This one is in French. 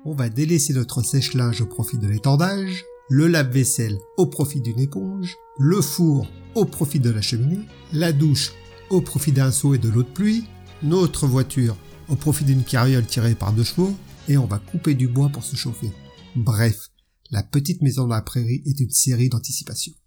On va délaisser notre sèche-linge au profit de l'étendage, le lave-vaisselle au profit d'une éponge, le four au profit de la cheminée, la douche au profit d'un seau et de l'eau de pluie, notre voiture au profit d'une carriole tirée par 2 chevaux, et on va couper du bois pour se chauffer. Bref, La petite maison dans la prairie est une série d'anticipation.